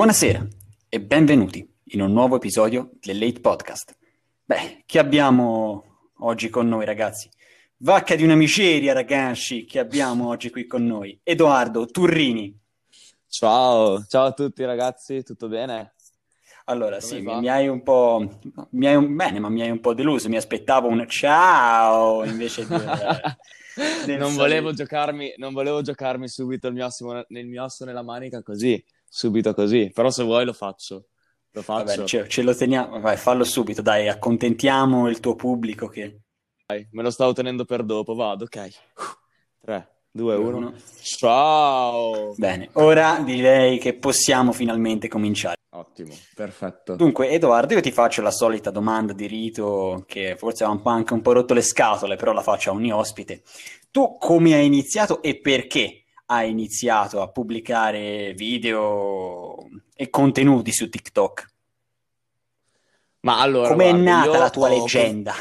Buonasera e benvenuti in un nuovo episodio del Late Podcast. Chi abbiamo oggi con noi, ragazzi? Vacca di una miseria, ragazzi, che abbiamo oggi qui con noi. Edoardo Turrini. Ciao a tutti ragazzi, tutto bene? Allora, Come sì, mi, va? mi hai un po'... bene, ma mi hai un po' deluso. Mi aspettavo un ciao invece del saluto. Non volevo giocarmi subito nel mio asso nella manica così, subito così, però se vuoi lo faccio, lo Va bene, faccio. ce lo teniamo. Vai, fallo subito, dai, accontentiamo il tuo pubblico che... Dai, me lo stavo tenendo per dopo, vado, ok. 3, 2, 2, 1. 1. Ciao! Bene, ora direi che possiamo finalmente cominciare. Ottimo, perfetto. Dunque, Edoardo, io ti faccio la solita domanda di rito che forse ha anche un po' rotto le scatole, però la faccio a ogni ospite. Tu come hai iniziato e perché hai iniziato a pubblicare video e contenuti su TikTok? Ma allora, Com'è guarda, nata la tua leggenda?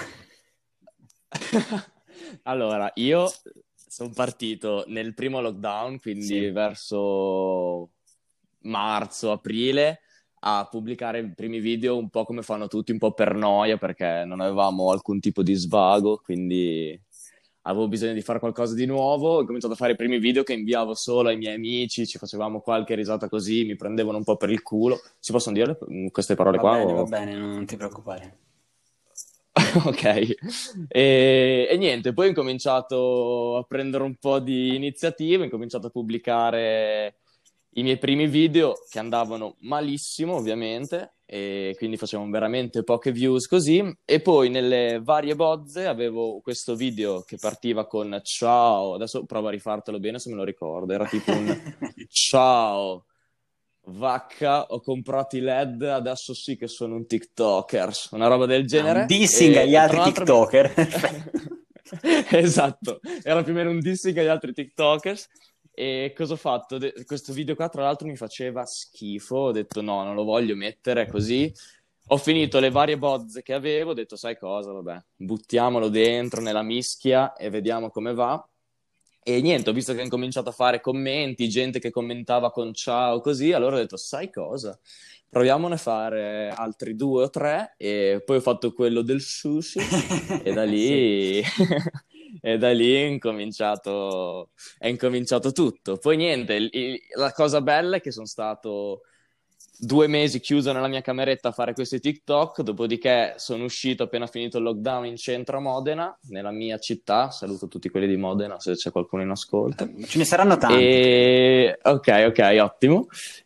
Allora, io sono partito nel primo lockdown, quindi Sì. verso marzo, aprile, a pubblicare i primi video un po' come fanno tutti, un po' per noia, perché non avevamo alcun tipo di svago, quindi avevo bisogno di fare qualcosa di nuovo. Ho cominciato a fare i primi video che inviavo solo ai miei amici, ci facevamo qualche risata così, mi prendevano un po' per il culo. Si possono dire queste parole qua? Va O... bene, non ti preoccupare. Ok, e niente, poi ho incominciato a prendere un po' di iniziative, ho incominciato a pubblicare i miei primi video che andavano malissimo, ovviamente, e quindi facevano veramente poche views così, e poi nelle varie bozze avevo questo video che partiva con ciao, adesso provo a rifartelo bene se me lo ricordo, era tipo un ciao. Vacca, ho comprato i LED, adesso sì che sono un TikToker, una roba del Un genere. dissing agli E tra altri l'altro TikToker. Perfetto. Esatto, era più o meno un dissing agli altri TikTokers. E cosa ho fatto? Questo video qua, tra l'altro, mi faceva schifo. Ho detto no, non lo voglio mettere così. Ho finito le varie bozze che avevo, ho detto sai cosa, vabbè, buttiamolo dentro nella mischia e vediamo come va. E niente, ho visto che hanno cominciato a fare commenti, gente che commentava con ciao, così, allora ho detto, sai cosa? Proviamone a fare altri 2 o 3 e poi ho fatto quello del sushi e da Sì. lì, e da lì è incominciato tutto. Poi niente, la cosa bella è che sono stato 2 mesi chiuso nella mia cameretta a fare questi TikTok, dopodiché sono uscito appena finito il lockdown in centro a Modena, nella mia città. Saluto tutti quelli di Modena se c'è qualcuno in ascolto. Ce ne saranno tanti, credo. E ok, ottimo.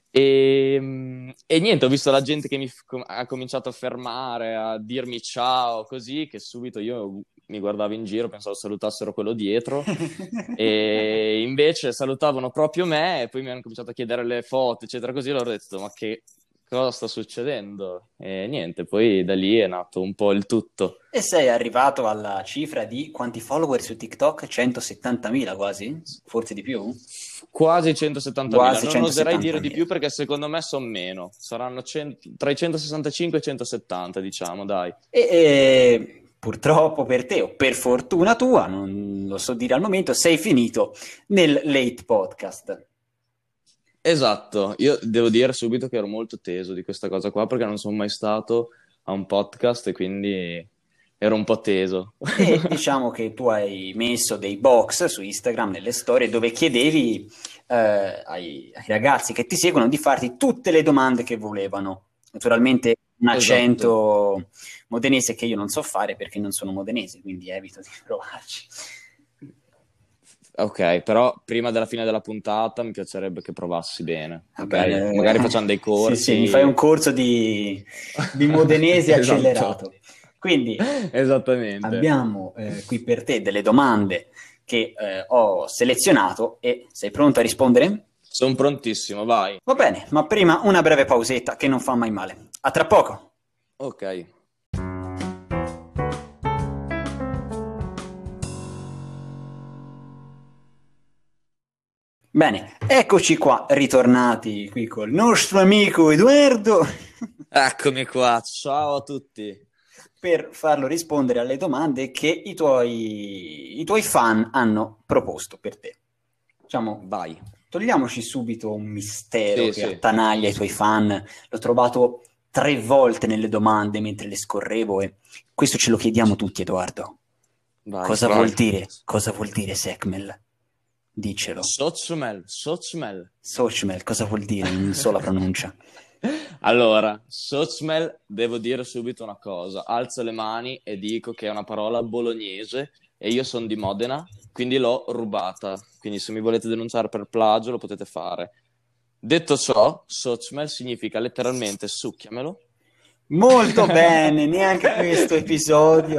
E niente, ho visto la gente che ha cominciato a fermare, a dirmi ciao, così, che subito io mi guardavo in giro, pensavo salutassero quello dietro. E invece salutavano proprio me e poi mi hanno cominciato a chiedere le foto, eccetera, così. Allora ho detto, ma che cosa sta succedendo? E niente, poi da lì è nato un po' il tutto. E sei arrivato alla cifra di quanti follower su TikTok? 170.000 quasi? Forse di più? Quasi 170.000, Quasi non oserei dire di 170.000. più perché secondo me sono meno, saranno tra i 165 e i 170, diciamo, dai. Purtroppo per te, o per fortuna tua, non lo so dire al momento, sei finito nel late podcast. Esatto, io devo dire subito che ero molto teso di questa cosa qua perché non sono mai stato a un podcast e quindi ero un po' teso. E diciamo che tu hai messo dei box su Instagram nelle storie dove chiedevi ai ragazzi che ti seguono di farti tutte le domande che volevano. Naturalmente un Esatto. accento modenese che io non so fare perché non sono modenese, quindi evito di provarci. Ok, però prima della fine della puntata mi piacerebbe che provassi bene, Va ok? Magari bene, facciamo dei sì, sì, mi fai un corsi. corso di modenese Esatto, accelerato. Quindi esattamente. abbiamo qui per te delle domande che ho selezionato e sei pronto a rispondere? Sono prontissimo, vai. Va bene, ma prima una breve pausetta che non fa mai male. A tra poco. Ok. Bene, eccoci qua, ritornati qui col nostro amico Edoardo Eccomi qua, ciao a tutti. per farlo rispondere alle domande che i tuoi fan hanno proposto per te. Diciamo, Vai. togliamoci subito un mistero Sì, che sì. attanaglia i tuoi fan. L'ho trovato 3 volte nelle domande mentre le scorrevo e questo ce lo chiediamo tutti, Edoardo. Vai, Cosa vuol vai. dire? Cosa vuol dire Sekhmel? Diccelo. Sochmel, Sochmel. Sochmel, cosa vuol dire in sola pronuncia? Allora, Sochmel, devo dire subito una cosa. Alzo le mani e dico che è una parola bolognese e io sono di Modena, quindi l'ho rubata. Quindi se mi volete denunciare per plagio lo potete fare. Detto ciò, Sochmel significa letteralmente succhiamelo. Molto bene, neanche questo episodio.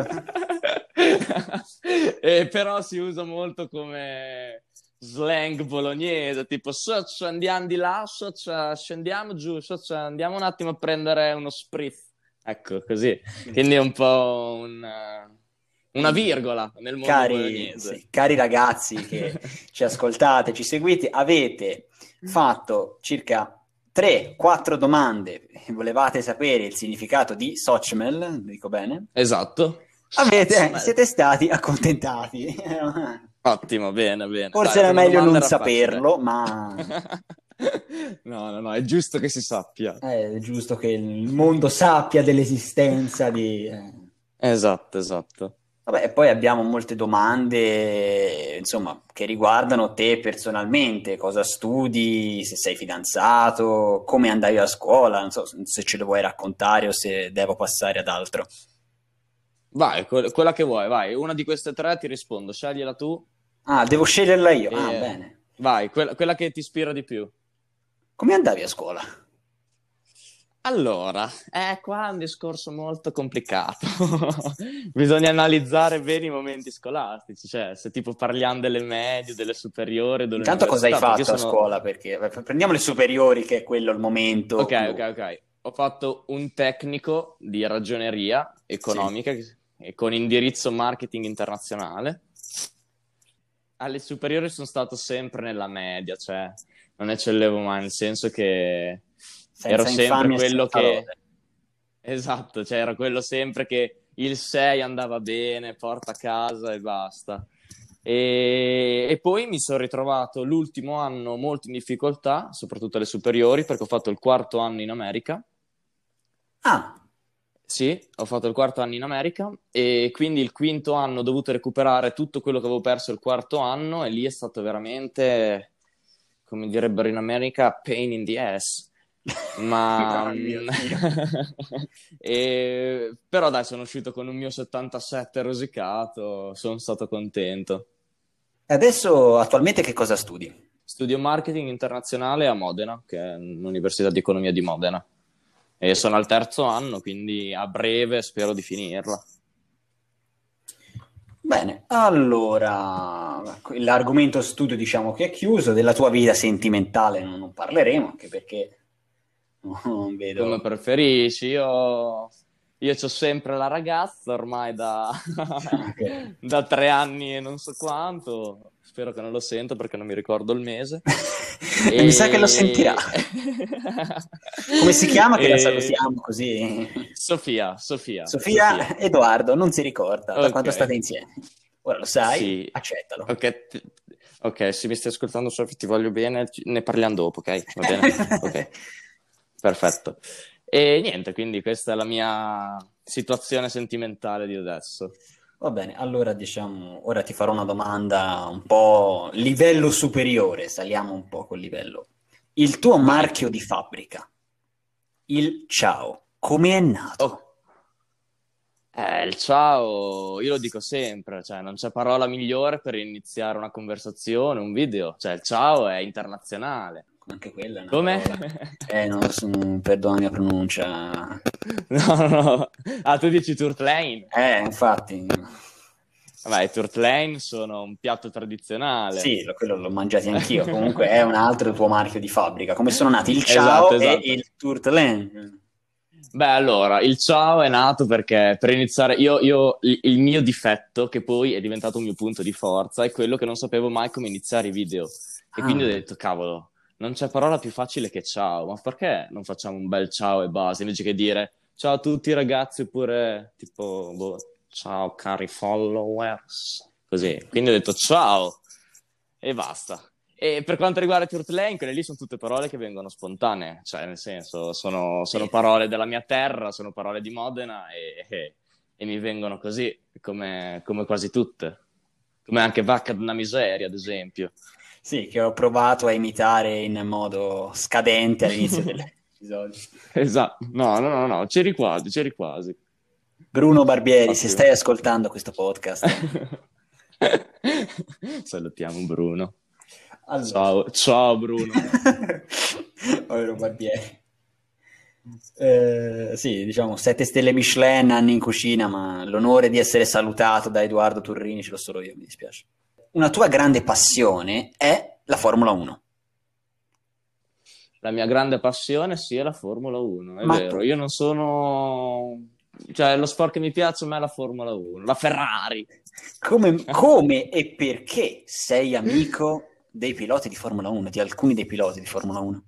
Però si usa molto come slang bolognese, tipo socio, andiamo di là, socio, scendiamo giù, socio, andiamo un attimo a prendere uno spritz. Ecco, così. Quindi è un po' una Quindi, virgola nel mondo bolognese. sì, cari ragazzi che ci ascoltate, ci seguite, avete fatto circa 3-4 domande e volevate sapere il significato di Sochmel, dico bene? Esatto. Sochmel. Siete stati accontentati. Ottimo, bene, bene. Dai, Forse la era prima meglio domanda non era facile. saperlo, ma No, no, no, è giusto che si sappia. è giusto che il mondo sappia dell'esistenza di. Esatto, esatto. Vabbè, e poi abbiamo molte domande, insomma, che riguardano te personalmente, cosa studi, se sei fidanzato, come andavi a scuola, non so se ce lo vuoi raccontare o se devo passare ad altro. Vai, quella che vuoi, vai. Una di queste tre ti rispondo, scegliela tu Ah, devo sceglierla io. Ah, e bene. vai, quella che ti ispira di più. Come andavi a scuola? Allora, qua è un discorso molto complicato. Bisogna analizzare bene i momenti scolastici, cioè se tipo parliamo delle medie, delle superiori, Intanto cosa hai dell'università, perché io fatto a sono... scuola? Perché prendiamo le superiori, che è quello il Ok, momento ok, clou. ok. Ho fatto un tecnico di ragioneria Sì. economica e con indirizzo marketing internazionale. Alle superiori sono stato sempre nella media, cioè non eccellevo mai, nel senso che ero Senza sempre infamia e quello senza che... lode. Esatto, cioè ero quello sempre che il 6 andava bene, porta a casa e basta. E poi mi sono ritrovato l'ultimo anno molto in difficoltà, soprattutto alle superiori, perché ho fatto il quarto anno in America. Ah, Sì, ho fatto il quarto anno in America e quindi il quinto anno ho dovuto recuperare tutto quello che avevo perso il quarto anno e lì è stato veramente, come direbbero in America, pain in the ass. Ma oh mio Dio. però dai, sono uscito con un mio 77 rosicato, sono stato contento. E adesso, attualmente, che cosa studi? Studio marketing internazionale a Modena, che è l'Università di Economia di Modena. E sono al terzo anno, quindi a breve spero di finirla. Bene, allora, l'argomento studio diciamo che è chiuso, della tua vita sentimentale non parleremo, anche perché non Come vedo. preferisci? Io c'ho sempre la ragazza ormai da... Ok. da 3 anni e non so quanto. Spero che non lo senta perché non mi ricordo il mese. E mi sa che lo sentirà. E... Come si chiama che la e... salutiamo così? Sofia, Sofia, Sofia. Sofia Edoardo, non si ricorda da Ok, quanto state insieme. Ora lo sai, sì. accettalo. Ok, ok, se mi stai ascoltando Sofia ti voglio bene, ne parliamo dopo, ok? Va bene? Ok, perfetto. E niente, quindi questa è la mia situazione sentimentale di adesso. Va bene, allora diciamo, ora ti farò una domanda un po' livello superiore, saliamo un po' col livello. Il tuo Vai. marchio di fabbrica, il Ciao, come è nato? Oh, il ciao, io lo dico sempre, cioè non c'è parola migliore per iniziare una conversazione, un video, cioè il ciao è internazionale. Anche quella è una Come? parola. Non so, perdona la mia pronuncia. No, no. Ah, tu dici Turtle Lane? Infatti, Vabbè, i Turtle Lane sono un piatto tradizionale. sì, quello l'ho mangiati anch'io. Comunque è un altro tuo marchio di fabbrica. Come sono nati il Esatto, Ciao e esatto. il Tourtelin? Beh, allora, il ciao è nato perché per iniziare, il mio difetto, che poi è diventato un mio punto di forza, è quello che non sapevo mai come iniziare i video. E quindi ho Ah, detto, cavolo, non c'è parola più facile che ciao, ma perché non facciamo un bel ciao e basta, invece che dire ciao a tutti ragazzi, oppure tipo, boh, ciao cari followers, così. Quindi ho detto ciao e basta. E per quanto riguarda Kurt Lane, quelle lì sono tutte parole che vengono spontanee, cioè nel senso sono parole della mia terra, sono parole di Modena e mi vengono così, come quasi tutte, come anche Vacca d'una miseria, ad esempio. Sì, che ho provato a imitare in modo scadente all'inizio dell'episodio. Esatto, no, c'eri quasi. Bruno Barbieri, se Ottimo. stai ascoltando questo podcast. Salutiamo Bruno. Allora. Ciao Bruno. Povero Barbieri. Sì, diciamo 7 stelle Michelin, anni in cucina, ma l'onore di essere salutato da Edoardo Turrini ce l'ho solo io, mi dispiace. Una tua grande passione è la Formula 1. La mia grande passione sì è la Formula 1, è Ma vero. tu- Io non sono... Cioè, lo sport che mi piace a me è la Formula 1, la Ferrari. Come e perché sei amico dei piloti di Formula 1, di alcuni dei piloti di Formula 1?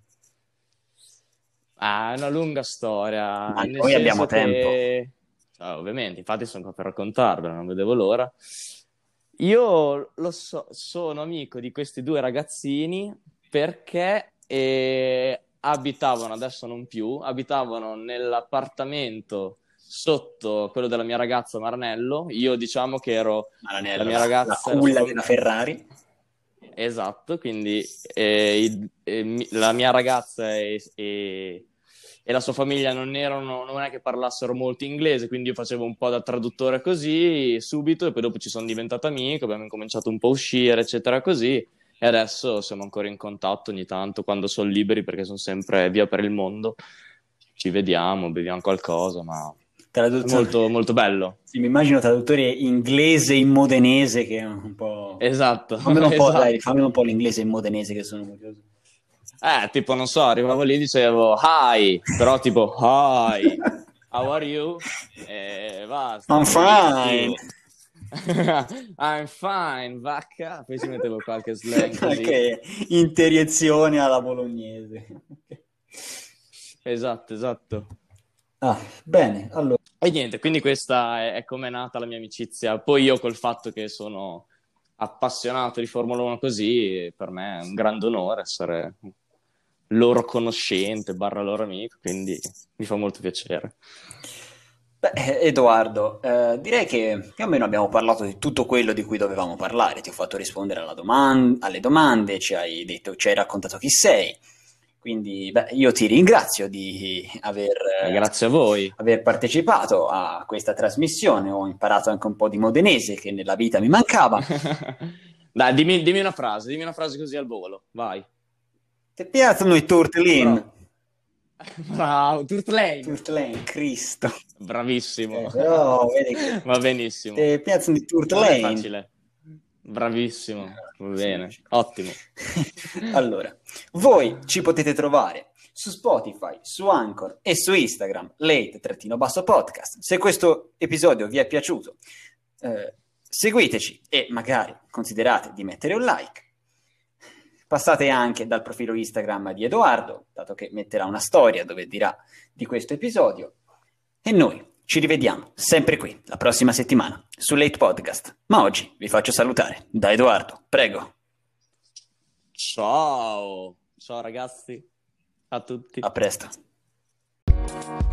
Ah, è una lunga storia, Ma nel noi abbiamo senso tempo. che... ovviamente, infatti sono qua per raccontarvela, non vedevo l'ora. Io sono amico di questi due ragazzini perché abitavano, adesso non più, abitavano nell'appartamento sotto quello della mia ragazza a Marnello. Io diciamo che ero la Maranello, mia la ragazza, era culla della Ferrari. esatto, quindi la mia ragazza e la sua famiglia non è che parlassero molto inglese, quindi io facevo un po' da traduttore così subito e poi dopo ci sono diventato amico, abbiamo incominciato un po' a uscire, eccetera, così. E adesso siamo ancora in contatto ogni tanto quando sono liberi perché sono sempre via per il mondo. Ci vediamo, beviamo qualcosa, ma è molto, molto bello. Sì, mi immagino traduttore inglese in modenese che è un po'... Esatto, Fammelo un po', dai, esatto. fammelo un po' l'inglese in modenese che sono curioso. Tipo, non so, arrivavo lì e dicevo hi, però tipo hi, how are you? E basta, I'm poi lì fine. capivo. I'm fine, vacca. Poi ci mettevo qualche slang così. Che interiezione alla bolognese. Esatto, esatto. Ah, bene, allora. E niente, quindi questa è come è nata la mia amicizia. Poi io col fatto che sono appassionato di Formula 1 così, per me è un grande onore essere loro conoscente, barra loro amico, quindi mi fa molto piacere. Beh, Edoardo, direi che più o meno abbiamo parlato di tutto quello di cui dovevamo parlare. Ti ho fatto rispondere alle domande, ci hai detto, ci hai raccontato chi sei. Quindi, beh, io ti ringrazio di Grazie a voi. aver partecipato a questa trasmissione. Ho imparato anche un po' di modenese che nella vita mi mancava. Dai, dimmi una frase così al volo, vai. Ti piacciono i tortellini? Bravo, Turtlane. Turtellini, Cristo. Bravissimo. Però, vedi che... Va benissimo. Ti piacciono i Non è tortellini? facile. Bravissimo, va bene, ottimo. Allora, voi ci potete trovare su Spotify, su Anchor e su Instagram, late-podcast. Se questo episodio vi è piaciuto, seguiteci e magari considerate di mettere un like. Passate anche dal profilo Instagram di Edoardo, dato che metterà una storia dove dirà di questo episodio. E noi ci rivediamo sempre qui, la prossima settimana, su Late Podcast. Ma oggi vi faccio salutare da Edoardo. Prego. Ciao ragazzi, a tutti. A presto.